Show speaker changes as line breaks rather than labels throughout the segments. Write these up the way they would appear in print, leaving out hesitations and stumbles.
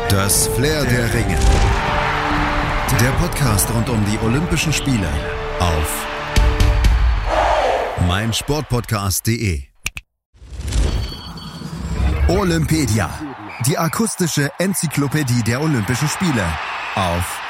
Das Flair der Ringe. Der Podcast rund um die Olympischen Spiele auf meinsportpodcast.de. Olympedia, die akustische Enzyklopädie der Olympischen Spiele auf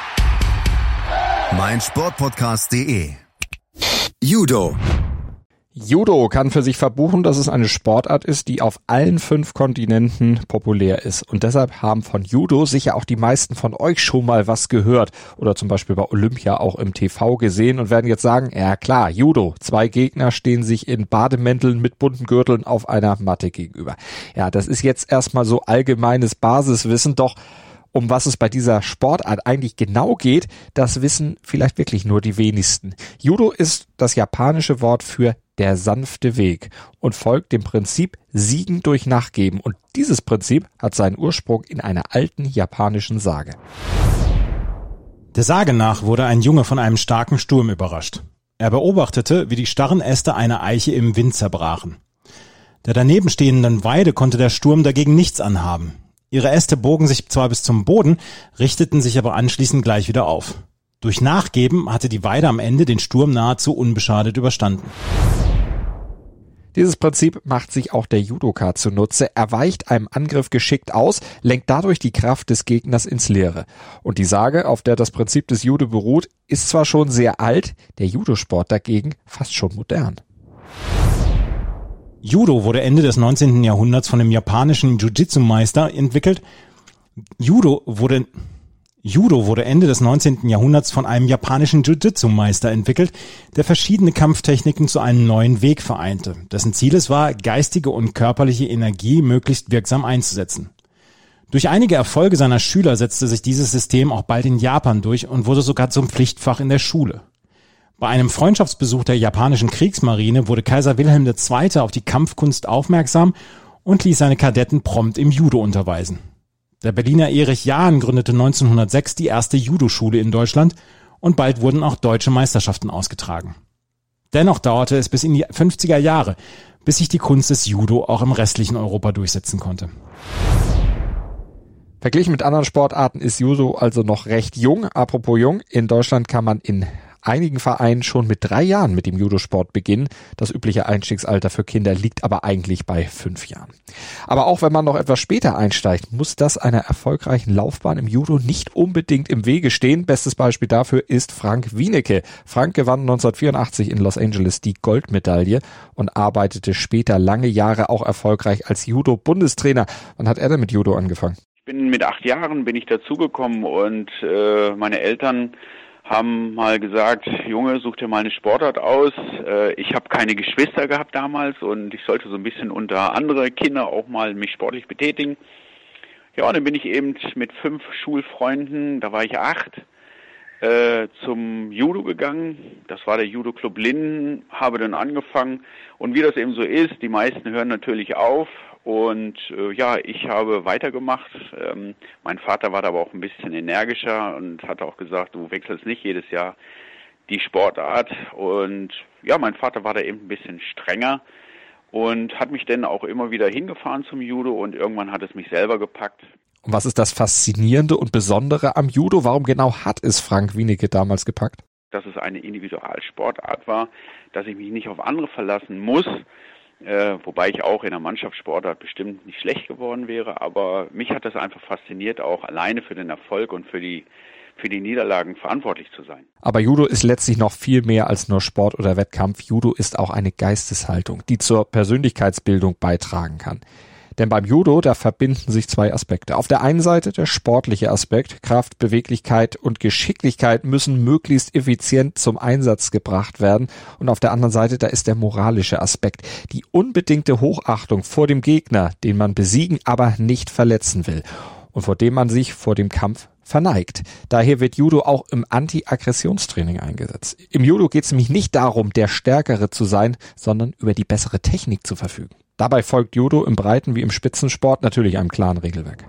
meinsportpodcast.de. Judo.
Judo kann für sich verbuchen, dass es eine Sportart ist, die auf allen 5 Kontinenten populär ist. Und deshalb haben von Judo sicher auch die meisten von euch schon mal was gehört oder zum Beispiel bei Olympia auch im TV gesehen und werden jetzt sagen, ja klar, Judo. 2 Gegner stehen sich in Bademänteln mit bunten Gürteln auf einer Matte gegenüber. Ja, das ist jetzt erstmal so allgemeines Basiswissen, doch um was es bei dieser Sportart eigentlich genau geht, das wissen vielleicht wirklich nur die wenigsten. Judo ist das japanische Wort für der sanfte Weg und folgt dem Prinzip Siegen durch Nachgeben. Und dieses Prinzip hat seinen Ursprung in einer alten japanischen Sage.
Der Sage nach wurde ein Junge von einem starken Sturm überrascht. Er beobachtete, wie die starren Äste einer Eiche im Wind zerbrachen. Der daneben stehenden Weide konnte der Sturm dagegen nichts anhaben. Ihre Äste bogen sich zwar bis zum Boden, richteten sich aber anschließend gleich wieder auf. Durch Nachgeben hatte die Weide am Ende den Sturm nahezu unbeschadet überstanden.
Dieses Prinzip macht sich auch der Judoka zunutze. Er weicht einem Angriff geschickt aus, lenkt dadurch die Kraft des Gegners ins Leere. Und die Sage, auf der das Prinzip des Judo beruht, ist zwar schon sehr alt, der Judosport dagegen fast schon modern.
Judo wurde Ende des 19. Jahrhunderts von dem japanischen Jiu-Jitsu-Meister entwickelt. Judo wurde Ende des 19. Jahrhunderts von einem japanischen Jiu-Jitsu-Meister entwickelt, der verschiedene Kampftechniken zu einem neuen Weg vereinte, dessen Ziel es war, geistige und körperliche Energie möglichst wirksam einzusetzen. Durch einige Erfolge seiner Schüler setzte sich dieses System auch bald in Japan durch und wurde sogar zum Pflichtfach in der Schule. Bei einem Freundschaftsbesuch der japanischen Kriegsmarine wurde Kaiser Wilhelm II. Auf die Kampfkunst aufmerksam und ließ seine Kadetten prompt im Judo unterweisen. Der Berliner Erich Jahn gründete 1906 die erste Judoschule in Deutschland und bald wurden auch deutsche Meisterschaften ausgetragen. Dennoch dauerte es bis in die 50er Jahre, bis sich die Kunst des Judo auch im restlichen Europa durchsetzen konnte.
Verglichen mit anderen Sportarten ist Judo also noch recht jung. Apropos jung, in Deutschland kann man in einigen Vereinen schon mit 3 Jahren mit dem Judosport beginnen. Das übliche Einstiegsalter für Kinder liegt aber eigentlich bei 5 Jahren. Aber auch wenn man noch etwas später einsteigt, muss das einer erfolgreichen Laufbahn im Judo nicht unbedingt im Wege stehen. Bestes Beispiel dafür ist Frank Wienecke. Frank gewann 1984 in Los Angeles die Goldmedaille und arbeitete später lange Jahre auch erfolgreich als Judo-Bundestrainer. Wann hat er denn mit Judo angefangen?
Mit 8 Jahren bin ich dazugekommen und meine Eltern haben mal gesagt, Junge, such dir mal eine Sportart aus. Ich habe keine Geschwister gehabt damals und ich sollte so ein bisschen unter andere Kinder auch mal mich sportlich betätigen. Ja, und dann bin ich eben mit 5 Schulfreunden, da war ich 8, zum Judo gegangen. Das war der Judo-Club Linden, habe dann angefangen. Und wie das eben so ist, die meisten hören natürlich auf. Und ich habe weitergemacht. Mein Vater war da aber auch ein bisschen energischer und hat auch gesagt, du wechselst nicht jedes Jahr die Sportart. Und ja, mein Vater war da eben ein bisschen strenger und hat mich dann auch immer wieder hingefahren zum Judo und irgendwann hat es mich selber gepackt.
Und was ist das Faszinierende und Besondere am Judo? Warum genau hat es Frank Wienecke damals gepackt?
Dass es eine Individualsportart war, dass ich mich nicht auf andere verlassen muss. Wobei ich auch in der Mannschaftssportart bestimmt nicht schlecht geworden wäre, aber mich hat das einfach fasziniert, auch alleine für den Erfolg und für die Niederlagen verantwortlich zu sein.
Aber Judo ist letztlich noch viel mehr als nur Sport oder Wettkampf. Judo ist auch eine Geisteshaltung, die zur Persönlichkeitsbildung beitragen kann. Denn beim Judo, da verbinden sich 2 Aspekte. Auf der einen Seite der sportliche Aspekt. Kraft, Beweglichkeit und Geschicklichkeit müssen möglichst effizient zum Einsatz gebracht werden. Und auf der anderen Seite, da ist der moralische Aspekt. Die unbedingte Hochachtung vor dem Gegner, den man besiegen, aber nicht verletzen will. Und vor dem man sich vor dem Kampf verneigt. Daher wird Judo auch im Anti-Aggressionstraining eingesetzt. Im Judo geht es nämlich nicht darum, der Stärkere zu sein, sondern über die bessere Technik zu verfügen. Dabei folgt Judo im Breiten- wie im Spitzensport natürlich einem klaren Regelwerk.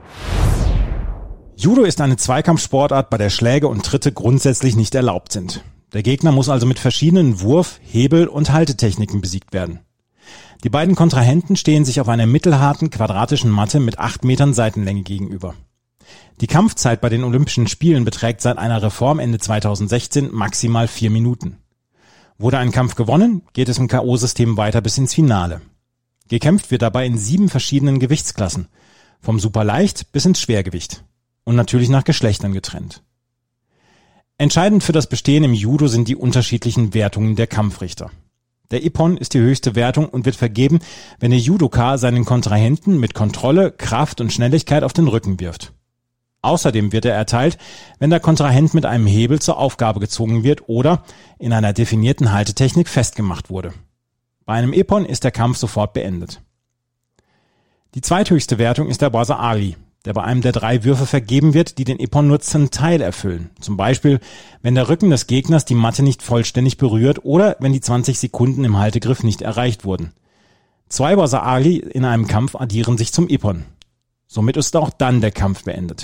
Judo ist eine Zweikampfsportart, bei der Schläge und Tritte grundsätzlich nicht erlaubt sind. Der Gegner muss also mit verschiedenen Wurf-, Hebel- und Haltetechniken besiegt werden. Die beiden Kontrahenten stehen sich auf einer mittelharten, quadratischen Matte mit 8 Metern Seitenlänge gegenüber. Die Kampfzeit bei den Olympischen Spielen beträgt seit einer Reform Ende 2016 maximal 4 Minuten. Wurde ein Kampf gewonnen, geht es im K.O.-System weiter bis ins Finale. Gekämpft wird dabei in 7 verschiedenen Gewichtsklassen, vom Superleicht bis ins Schwergewicht und natürlich nach Geschlechtern getrennt. Entscheidend für das Bestehen im Judo sind die unterschiedlichen Wertungen der Kampfrichter. Der Ippon ist die höchste Wertung und wird vergeben, wenn der Judoka seinen Kontrahenten mit Kontrolle, Kraft und Schnelligkeit auf den Rücken wirft. Außerdem wird er erteilt, wenn der Kontrahent mit einem Hebel zur Aufgabe gezwungen wird oder in einer definierten Haltetechnik festgemacht wurde. Bei einem Ippon ist der Kampf sofort beendet. Die zweithöchste Wertung ist der Waza-Ari, der bei einem der 3 Würfe vergeben wird, die den Ippon nur zum Teil erfüllen. Zum Beispiel, wenn der Rücken des Gegners die Matte nicht vollständig berührt oder wenn die 20 Sekunden im Haltegriff nicht erreicht wurden. 2 Waza-Ari in einem Kampf addieren sich zum Ippon. Somit ist auch dann der Kampf beendet.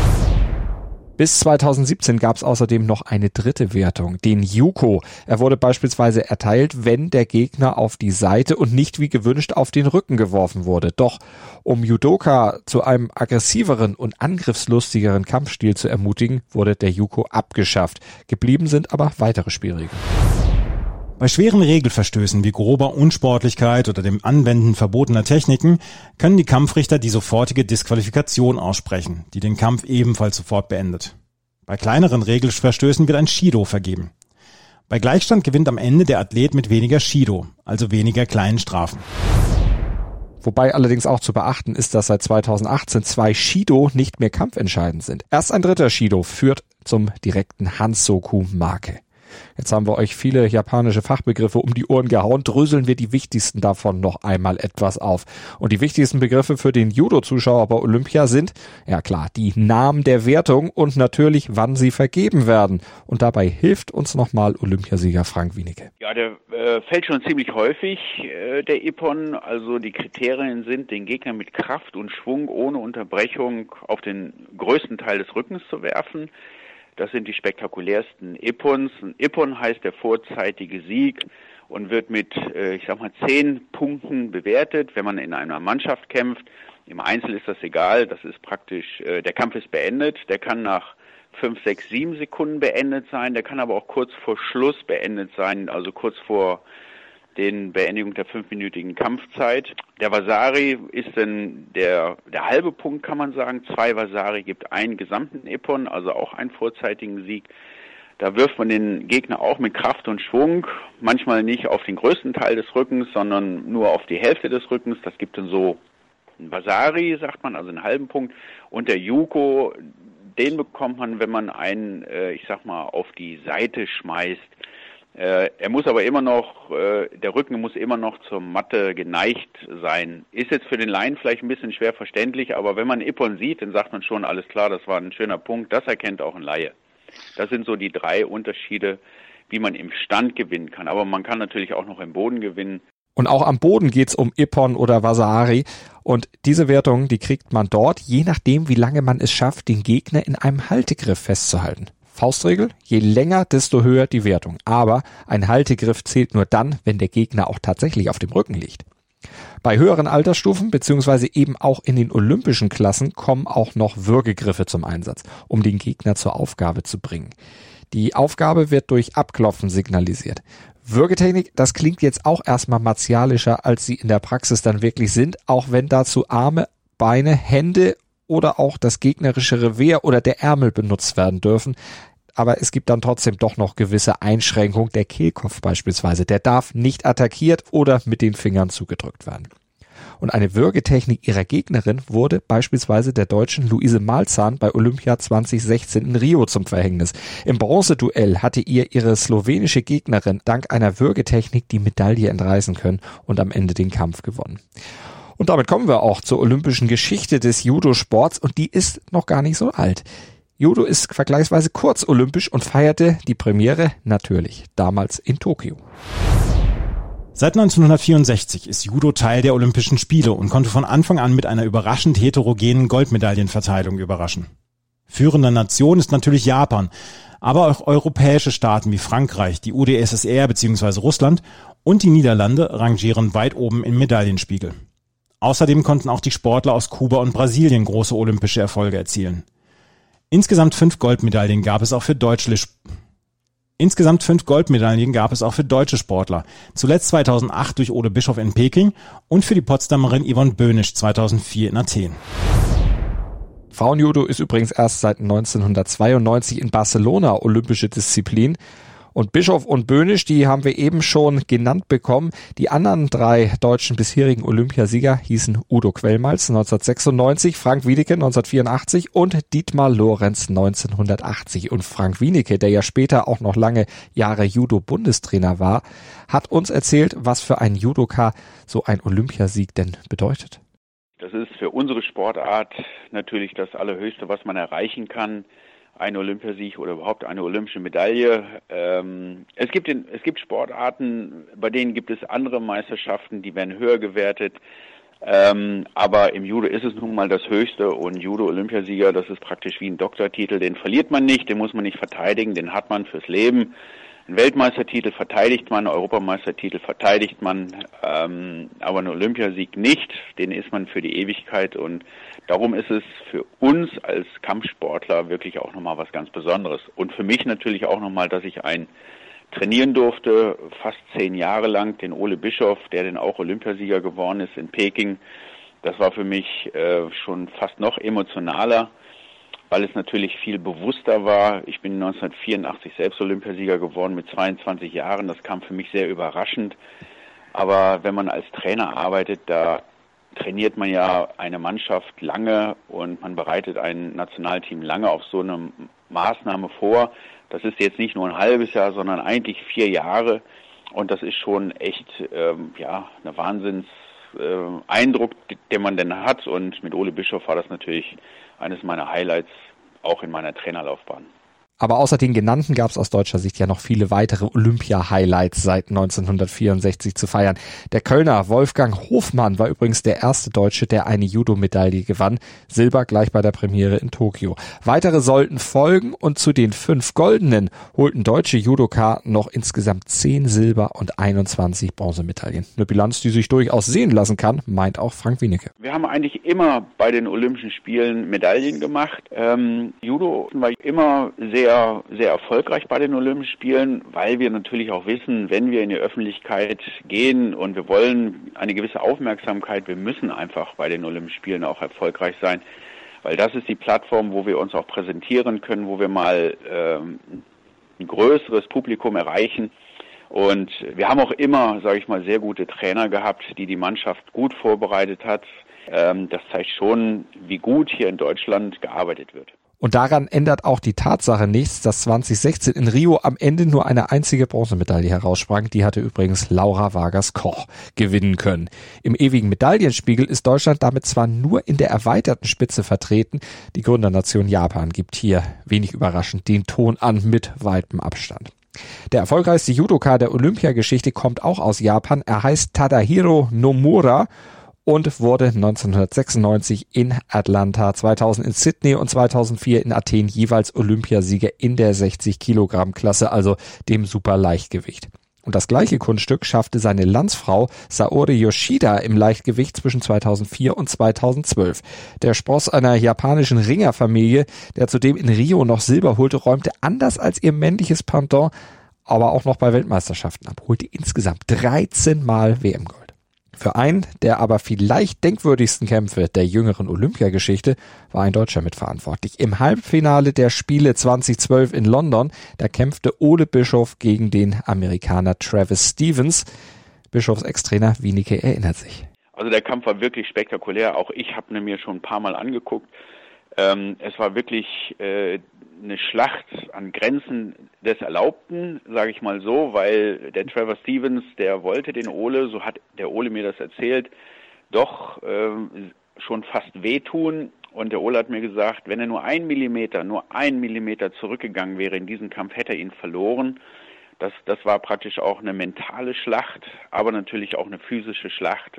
Bis 2017 gab es außerdem noch eine dritte Wertung, den Yuko. Er wurde beispielsweise erteilt, wenn der Gegner auf die Seite und nicht wie gewünscht auf den Rücken geworfen wurde. Doch um Judoka zu einem aggressiveren und angriffslustigeren Kampfstil zu ermutigen, wurde der Yuko abgeschafft. Geblieben sind aber weitere Spielregeln.
Bei schweren Regelverstößen wie grober Unsportlichkeit oder dem Anwenden verbotener Techniken können die Kampfrichter die sofortige Disqualifikation aussprechen, die den Kampf ebenfalls sofort beendet. Bei kleineren Regelverstößen wird ein Shido vergeben. Bei Gleichstand gewinnt am Ende der Athlet mit weniger Shido, also weniger kleinen Strafen.
Wobei allerdings auch zu beachten ist, dass seit 2018 2 Shido nicht mehr kampfentscheidend sind. Erst ein dritter Shido führt zum direkten Hansoku-Make. Jetzt haben wir euch viele japanische Fachbegriffe um die Ohren gehauen, dröseln wir die wichtigsten davon noch einmal etwas auf. Und die wichtigsten Begriffe für den Judo-Zuschauer bei Olympia sind, ja klar, die Namen der Wertung und natürlich, wann sie vergeben werden. Und dabei hilft uns nochmal Olympiasieger Frank Wienicke.
Ja, der fällt schon ziemlich häufig, der Ippon. Also die Kriterien sind, den Gegner mit Kraft und Schwung ohne Unterbrechung auf den größten Teil des Rückens zu werfen. Das sind die spektakulärsten Ippons. Ein Ippon heißt der vorzeitige Sieg und wird mit, 10 Punkten bewertet, wenn man in einer Mannschaft kämpft. Im Einzel ist das egal, das ist praktisch, der Kampf ist beendet. Der kann nach 5, 6, 7 Sekunden beendet sein, der kann aber auch kurz vor Schluss beendet sein, also kurz vor den Beendigung der 5-minütigen Kampfzeit. Der Waza-Ari ist dann der halbe Punkt, kann man sagen. 2 Waza-Ari gibt einen gesamten Ippon, also auch einen vorzeitigen Sieg. Da wirft man den Gegner auch mit Kraft und Schwung, manchmal nicht auf den größten Teil des Rückens, sondern nur auf die Hälfte des Rückens. Das gibt dann so einen Waza-Ari, sagt man, also einen halben Punkt. Und der Yuko, den bekommt man, wenn man einen, auf die Seite schmeißt. Er muss aber immer noch, der Rücken muss immer noch zur Matte geneigt sein. Ist jetzt für den Laien vielleicht ein bisschen schwer verständlich, aber wenn man Ippon sieht, dann sagt man schon, alles klar, das war ein schöner Punkt, das erkennt auch ein Laie. Das sind so die 3 Unterschiede, wie man im Stand gewinnen kann. Aber man kann natürlich auch noch im Boden gewinnen.
Und auch am Boden geht's um Ippon oder Waza-Ari. Und diese Wertung, die kriegt man dort, je nachdem, wie lange man es schafft, den Gegner in einem Haltegriff festzuhalten. Faustregel, je länger, desto höher die Wertung. Aber ein Haltegriff zählt nur dann, wenn der Gegner auch tatsächlich auf dem Rücken liegt. Bei höheren Altersstufen beziehungsweise eben auch in den olympischen Klassen kommen auch noch Würgegriffe zum Einsatz, um den Gegner zur Aufgabe zu bringen. Die Aufgabe wird durch Abklopfen signalisiert. Würgetechnik, das klingt jetzt auch erstmal martialischer, als sie in der Praxis dann wirklich sind, auch wenn dazu Arme, Beine, Hände oder auch das gegnerische Revier oder der Ärmel benutzt werden dürfen. Aber es gibt dann trotzdem doch noch gewisse Einschränkungen. Der Kehlkopf beispielsweise, der darf nicht attackiert oder mit den Fingern zugedrückt werden. Und eine Würgetechnik ihrer Gegnerin wurde beispielsweise der Deutschen Luise Malzahn bei Olympia 2016 in Rio zum Verhängnis. Im Bronzeduell hatte ihr ihre slowenische Gegnerin dank einer Würgetechnik die Medaille entreißen können und am Ende den Kampf gewonnen. Und damit kommen wir auch zur olympischen Geschichte des Judo-Sports und die ist noch gar nicht so alt. Judo ist vergleichsweise kurz olympisch und feierte die Premiere natürlich damals in Tokio.
Seit 1964 ist Judo Teil der Olympischen Spiele und konnte von Anfang an mit einer überraschend heterogenen Goldmedaillenverteilung überraschen. Führende Nation ist natürlich Japan, aber auch europäische Staaten wie Frankreich, die UdSSR bzw. Russland und die Niederlande rangieren weit oben im Medaillenspiegel. Außerdem konnten auch die Sportler aus Kuba und Brasilien große olympische Erfolge erzielen. Insgesamt 5 Goldmedaillen gab es auch für deutsche Sportler. Zuletzt 2008 durch Ole Bischof in Peking und für die Potsdamerin Yvonne Böhnisch 2004 in Athen.
Frauenjudo ist übrigens erst seit 1992 in Barcelona olympische Disziplin. Und Bischof und Böhnisch, die haben wir eben schon genannt bekommen. Die anderen 3 deutschen bisherigen Olympiasieger hießen Udo Quellmalz 1996, Frank Wiedeke 1984 und Dietmar Lorenz 1980. Und Frank Wiedeke, der ja später auch noch lange Jahre Judo-Bundestrainer war, hat uns erzählt, was für ein Judoka so ein Olympiasieg denn bedeutet.
Das ist für unsere Sportart natürlich das Allerhöchste, was man erreichen kann. Ein Olympiasieg oder überhaupt eine olympische Medaille. Es gibt Sportarten, bei denen gibt es andere Meisterschaften, die werden höher gewertet. Aber im Judo ist es nun mal das Höchste und Judo-Olympiasieger, das ist praktisch wie ein Doktortitel. Den verliert man nicht, den muss man nicht verteidigen, den hat man fürs Leben. Einen Weltmeistertitel verteidigt man, einen Europameistertitel verteidigt man, aber einen Olympiasieg nicht. Den ist man für die Ewigkeit und darum ist es für uns als Kampfsportler wirklich auch nochmal was ganz Besonderes. Und für mich natürlich auch nochmal, dass ich einen trainieren durfte, fast 10 Jahre lang, den Ole Bischof, der dann auch Olympiasieger geworden ist in Peking. Das war für mich schon fast noch emotionaler, weil es natürlich viel bewusster war. Ich bin 1984 selbst Olympiasieger geworden mit 22 Jahren. Das kam für mich sehr überraschend. Aber wenn man als Trainer arbeitet, da trainiert man ja eine Mannschaft lange und man bereitet ein Nationalteam lange auf so eine Maßnahme vor. Das ist jetzt nicht nur ein halbes Jahr, sondern eigentlich 4 Jahre. Und das ist schon echt eine Wahnsinns-Eindruck, den man denn hat. Und mit Ole Bischof war das natürlich eines meiner Highlights, auch in meiner Trainerlaufbahn.
Aber außer den genannten gab es aus deutscher Sicht ja noch viele weitere Olympia-Highlights seit 1964 zu feiern. Der Kölner Wolfgang Hofmann war übrigens der erste Deutsche, der eine Judo-Medaille gewann. Silber gleich bei der Premiere in Tokio. Weitere sollten folgen und zu den 5 Goldenen holten deutsche Judoka noch insgesamt 10 Silber- und 21 Bronzemedaillen. Eine Bilanz, die sich durchaus sehen lassen kann, meint auch Frank Wiedeke.
Wir haben eigentlich immer bei den Olympischen Spielen Medaillen gemacht. Judo war immer sehr erfolgreich bei den Olympischen Spielen, weil wir natürlich auch wissen, wenn wir in die Öffentlichkeit gehen und wir wollen eine gewisse Aufmerksamkeit, wir müssen einfach bei den Olympischen Spielen auch erfolgreich sein, weil das ist die Plattform, wo wir uns auch präsentieren können, wo wir mal ein größeres Publikum erreichen. Und wir haben auch immer, sage ich mal, sehr gute Trainer gehabt, die Mannschaft gut vorbereitet hat. Das zeigt schon, wie gut hier in Deutschland gearbeitet wird.
Und daran ändert auch die Tatsache nichts, dass 2016 in Rio am Ende nur eine einzige Bronzemedaille heraussprang. Die hatte übrigens Laura Vargas-Koch gewinnen können. Im ewigen Medaillenspiegel ist Deutschland damit zwar nur in der erweiterten Spitze vertreten. Die Gründernation Japan gibt hier, wenig überraschend, den Ton an mit weitem Abstand. Der erfolgreichste Judoka der Olympiageschichte kommt auch aus Japan. Er heißt Tadahiro Nomura und wurde 1996 in Atlanta, 2000 in Sydney und 2004 in Athen jeweils Olympiasieger in der 60-Kilogramm-Klasse, also dem Superleichtgewicht. Und das gleiche Kunststück schaffte seine Landsfrau Saori Yoshida im Leichtgewicht zwischen 2004 und 2012. Der Spross einer japanischen Ringerfamilie, der zudem in Rio noch Silber holte, räumte anders als ihr männliches Pendant aber auch noch bei Weltmeisterschaften ab, holte insgesamt 13 Mal WM-Gold. Für einen der aber vielleicht denkwürdigsten Kämpfe der jüngeren Olympiageschichte war ein Deutscher mitverantwortlich. Im Halbfinale der Spiele 2012 in London, da kämpfte Ole Bischof gegen den Amerikaner Travis Stevens. Bischofs Ex-Trainer Wiedeke erinnert sich.
Also der Kampf war wirklich spektakulär. Auch ich habe ihn mir schon ein paar Mal angeguckt. Es war wirklich eine Schlacht an Grenzen des Erlaubten, sage ich mal so, weil der Trevor Stevens, der wollte den Ole, so hat der Ole mir das erzählt, doch schon fast wehtun. Und der Ole hat mir gesagt, wenn er nur 1 Millimeter zurückgegangen wäre in diesen Kampf, hätte er ihn verloren. Das war praktisch auch eine mentale Schlacht, aber natürlich auch eine physische Schlacht,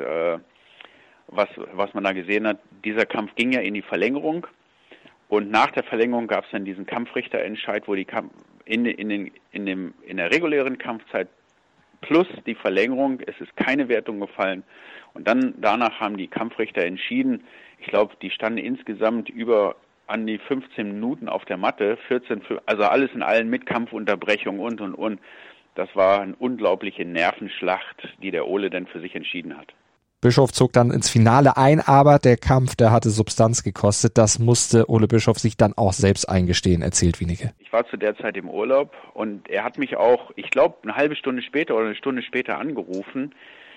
was man da gesehen hat. Dieser Kampf ging ja in die Verlängerung. Und nach der Verlängerung gab es dann diesen Kampfrichterentscheid, wo die in der regulären Kampfzeit plus die Verlängerung. Es ist keine Wertung gefallen. Und dann danach haben die Kampfrichter entschieden. Ich glaube, die standen insgesamt über an die 15 Minuten auf der Matte, 14, also alles in allem mit Kampfunterbrechung und. Das war eine unglaubliche Nervenschlacht, die der Ole dann für sich entschieden hat.
Bischof zog dann ins Finale ein, aber der Kampf, der hatte Substanz gekostet. Das musste Ole Bischof sich dann auch selbst eingestehen, erzählt Wienicke.
Ich war zu der Zeit im Urlaub und er hat mich auch, ich glaube, eine halbe Stunde später oder eine Stunde später angerufen.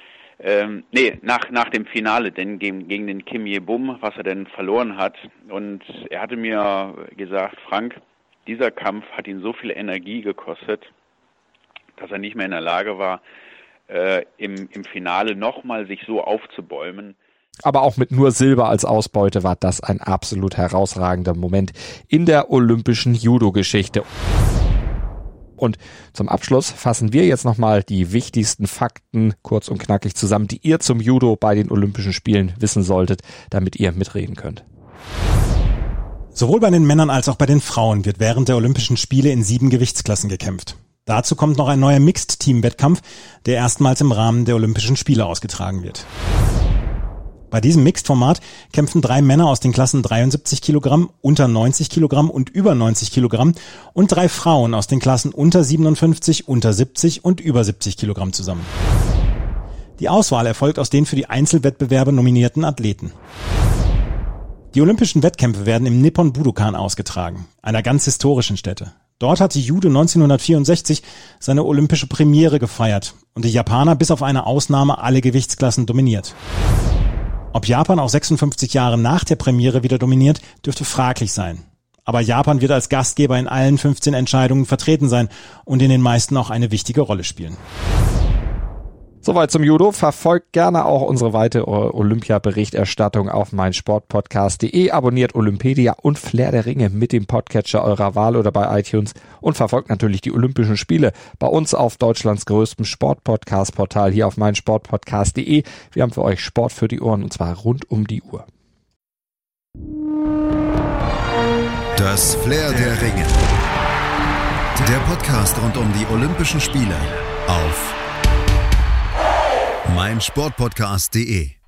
Nach dem Finale, denn gegen den Kim Ye-bum, was er denn verloren hat. Und er hatte mir gesagt, Frank, dieser Kampf hat ihn so viel Energie gekostet, dass er nicht mehr in der Lage war, im Finale nochmal sich so aufzubäumen.
Aber auch mit nur Silber als Ausbeute war das ein absolut herausragender Moment in der olympischen Judo-Geschichte. Und zum Abschluss fassen wir jetzt nochmal die wichtigsten Fakten kurz und knackig zusammen, die ihr zum Judo bei den Olympischen Spielen wissen solltet, damit ihr mitreden könnt.
Sowohl bei den Männern als auch bei den Frauen wird während der Olympischen Spiele in 7 Gewichtsklassen gekämpft. Dazu kommt noch ein neuer Mixed-Team-Wettkampf, der erstmals im Rahmen der Olympischen Spiele ausgetragen wird. Bei diesem Mixed-Format kämpfen 3 Männer aus den Klassen 73 Kilogramm, unter 90 Kilogramm und über 90 Kilogramm und 3 Frauen aus den Klassen unter 57, unter 70 und über 70 Kilogramm zusammen. Die Auswahl erfolgt aus den für die Einzelwettbewerbe nominierten Athleten. Die olympischen Wettkämpfe werden im Nippon Budokan ausgetragen, einer ganz historischen Stätte. Dort hat die Judo 1964 seine olympische Premiere gefeiert und die Japaner bis auf eine Ausnahme alle Gewichtsklassen dominiert. Ob Japan auch 56 Jahre nach der Premiere wieder dominiert, dürfte fraglich sein. Aber Japan wird als Gastgeber in allen 15 Entscheidungen vertreten sein und in den meisten auch eine wichtige Rolle spielen.
Soweit zum Judo. Verfolgt gerne auch unsere weitere Olympia-Berichterstattung auf meinsportpodcast.de. Abonniert Olympedia und Flair der Ringe mit dem Podcatcher eurer Wahl oder bei iTunes. Und verfolgt natürlich die Olympischen Spiele bei uns auf Deutschlands größtem Sport-Podcast-Portal hier auf meinsportpodcast.de. Wir haben für euch Sport für die Ohren und zwar rund um die Uhr.
Das Flair der Ringe. Der Podcast rund um die Olympischen Spiele auf meinsportpodcast.de